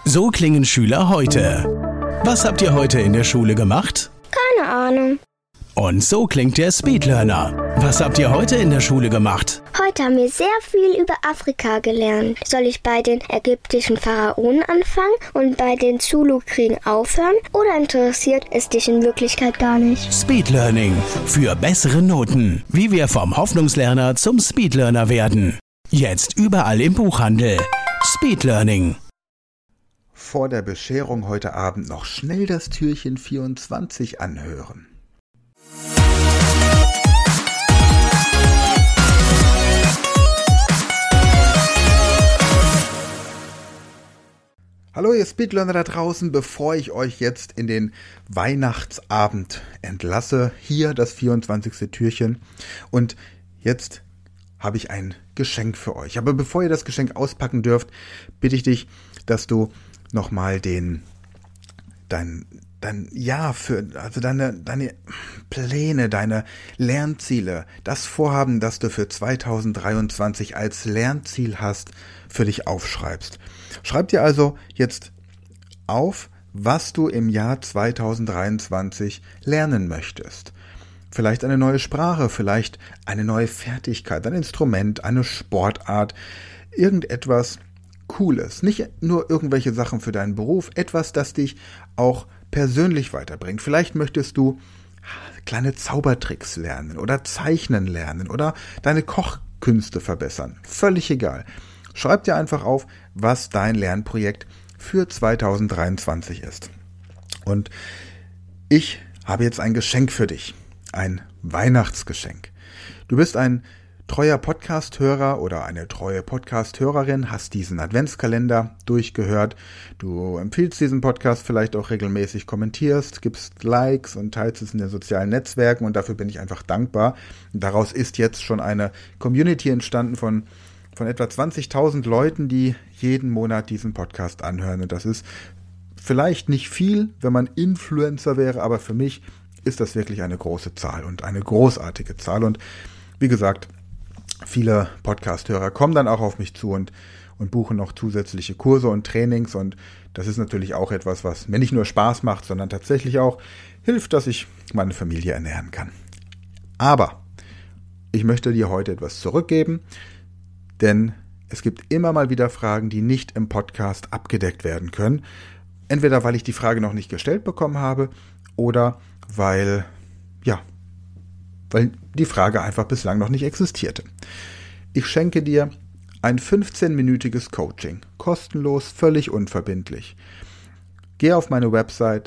So klingen Schüler heute. Was habt ihr heute in der Schule gemacht? Keine Ahnung. Und so klingt der Speedlearner. Was habt ihr heute in der Schule gemacht? Heute haben wir sehr viel über Afrika gelernt. Soll ich bei den ägyptischen Pharaonen anfangen und bei den Zulu-Kriegen aufhören? Oder interessiert es dich in Wirklichkeit gar nicht? Speedlearning. Für bessere Noten. Wie wir vom Hoffnungslerner zum Speedlearner werden. Jetzt überall im Buchhandel. Speedlearning. Vor der Bescherung heute Abend noch schnell das Türchen 24 anhören. Hallo ihr Speedlearner da draußen, bevor ich euch jetzt in den Weihnachtsabend entlasse, hier das 24. Türchen und jetzt habe ich ein Geschenk für euch. Aber bevor ihr das Geschenk auspacken dürft, bitte ich dich, dass du nochmal deine Pläne, deine Lernziele, das Vorhaben, das du für 2023 als Lernziel hast, für dich aufschreibst. Schreib dir also jetzt auf, was du im Jahr 2023 lernen möchtest. Vielleicht eine neue Sprache, vielleicht eine neue Fertigkeit, ein Instrument, eine Sportart, irgendetwas Cooles. Nicht nur irgendwelche Sachen für deinen Beruf, etwas, das dich auch persönlich weiterbringt. Vielleicht möchtest du kleine Zaubertricks lernen oder zeichnen lernen oder deine Kochkünste verbessern. Völlig egal. Schreib dir einfach auf, was dein Lernprojekt für 2023 ist. Und ich habe jetzt ein Geschenk für dich. Ein Weihnachtsgeschenk. Du bist ein treuer Podcast-Hörer oder eine treue Podcast-Hörerin, hast diesen Adventskalender durchgehört, du empfiehlst diesen Podcast vielleicht auch regelmäßig, kommentierst, gibst Likes und teilst es in den sozialen Netzwerken und dafür bin ich einfach dankbar. Und daraus ist jetzt schon eine Community entstanden von etwa 20.000 Leuten, die jeden Monat diesen Podcast anhören. Und das ist vielleicht nicht viel, wenn man Influencer wäre, aber für mich ist das wirklich eine große Zahl und eine großartige Zahl. Und wie gesagt, viele Podcast-Hörer kommen dann auch auf mich zu und buchen noch zusätzliche Kurse und Trainings. Und das ist natürlich auch etwas, was mir nicht nur Spaß macht, sondern tatsächlich auch hilft, dass ich meine Familie ernähren kann. Aber ich möchte dir heute etwas zurückgeben, denn es gibt immer mal wieder Fragen, die nicht im Podcast abgedeckt werden können. Entweder weil ich die Frage noch nicht gestellt bekommen habe oder weil die Frage einfach bislang noch nicht existierte. Ich schenke dir ein 15-minütiges Coaching, kostenlos, völlig unverbindlich. Geh auf meine Website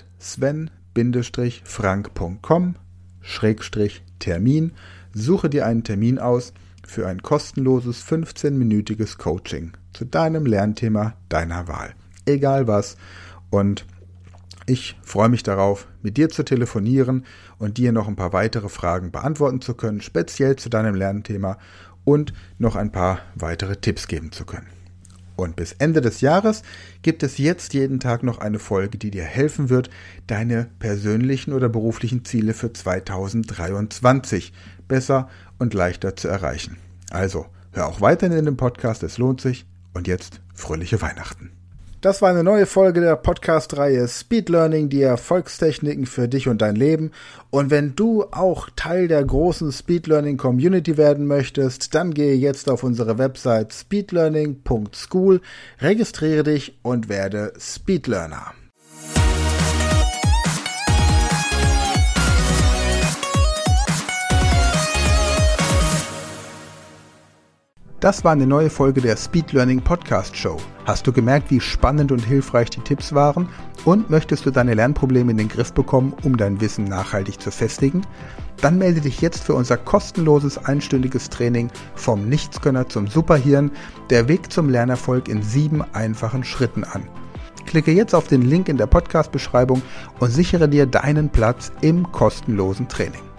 sven-frank.com/Termin, suche dir einen Termin aus für ein kostenloses 15-minütiges Coaching zu deinem Lernthema deiner Wahl. Egal was. Und ich freue mich darauf, mit dir zu telefonieren und dir noch ein paar weitere Fragen beantworten zu können, speziell zu deinem Lernthema und noch ein paar weitere Tipps geben zu können. Und bis Ende des Jahres gibt es jetzt jeden Tag noch eine Folge, die dir helfen wird, deine persönlichen oder beruflichen Ziele für 2023 besser und leichter zu erreichen. Also, hör auch weiterhin in dem Podcast, es lohnt sich. Und jetzt fröhliche Weihnachten. Das war eine neue Folge der Podcast-Reihe Speed Learning, die Erfolgstechniken für dich und dein Leben. Und wenn du auch Teil der großen Speed Learning Community werden möchtest, dann gehe jetzt auf unsere Website speedlearning.school, registriere dich und werde Speed Learner. Das war eine neue Folge der Speed Learning Podcast Show. Hast du gemerkt, wie spannend und hilfreich die Tipps waren? Und möchtest du deine Lernprobleme in den Griff bekommen, um dein Wissen nachhaltig zu festigen? Dann melde dich jetzt für unser kostenloses einstündiges Training vom Nichtskönner zum Superhirn, der Weg zum Lernerfolg in 7 einfachen Schritten an. Klicke jetzt auf den Link in der Podcast-Beschreibung und sichere dir deinen Platz im kostenlosen Training.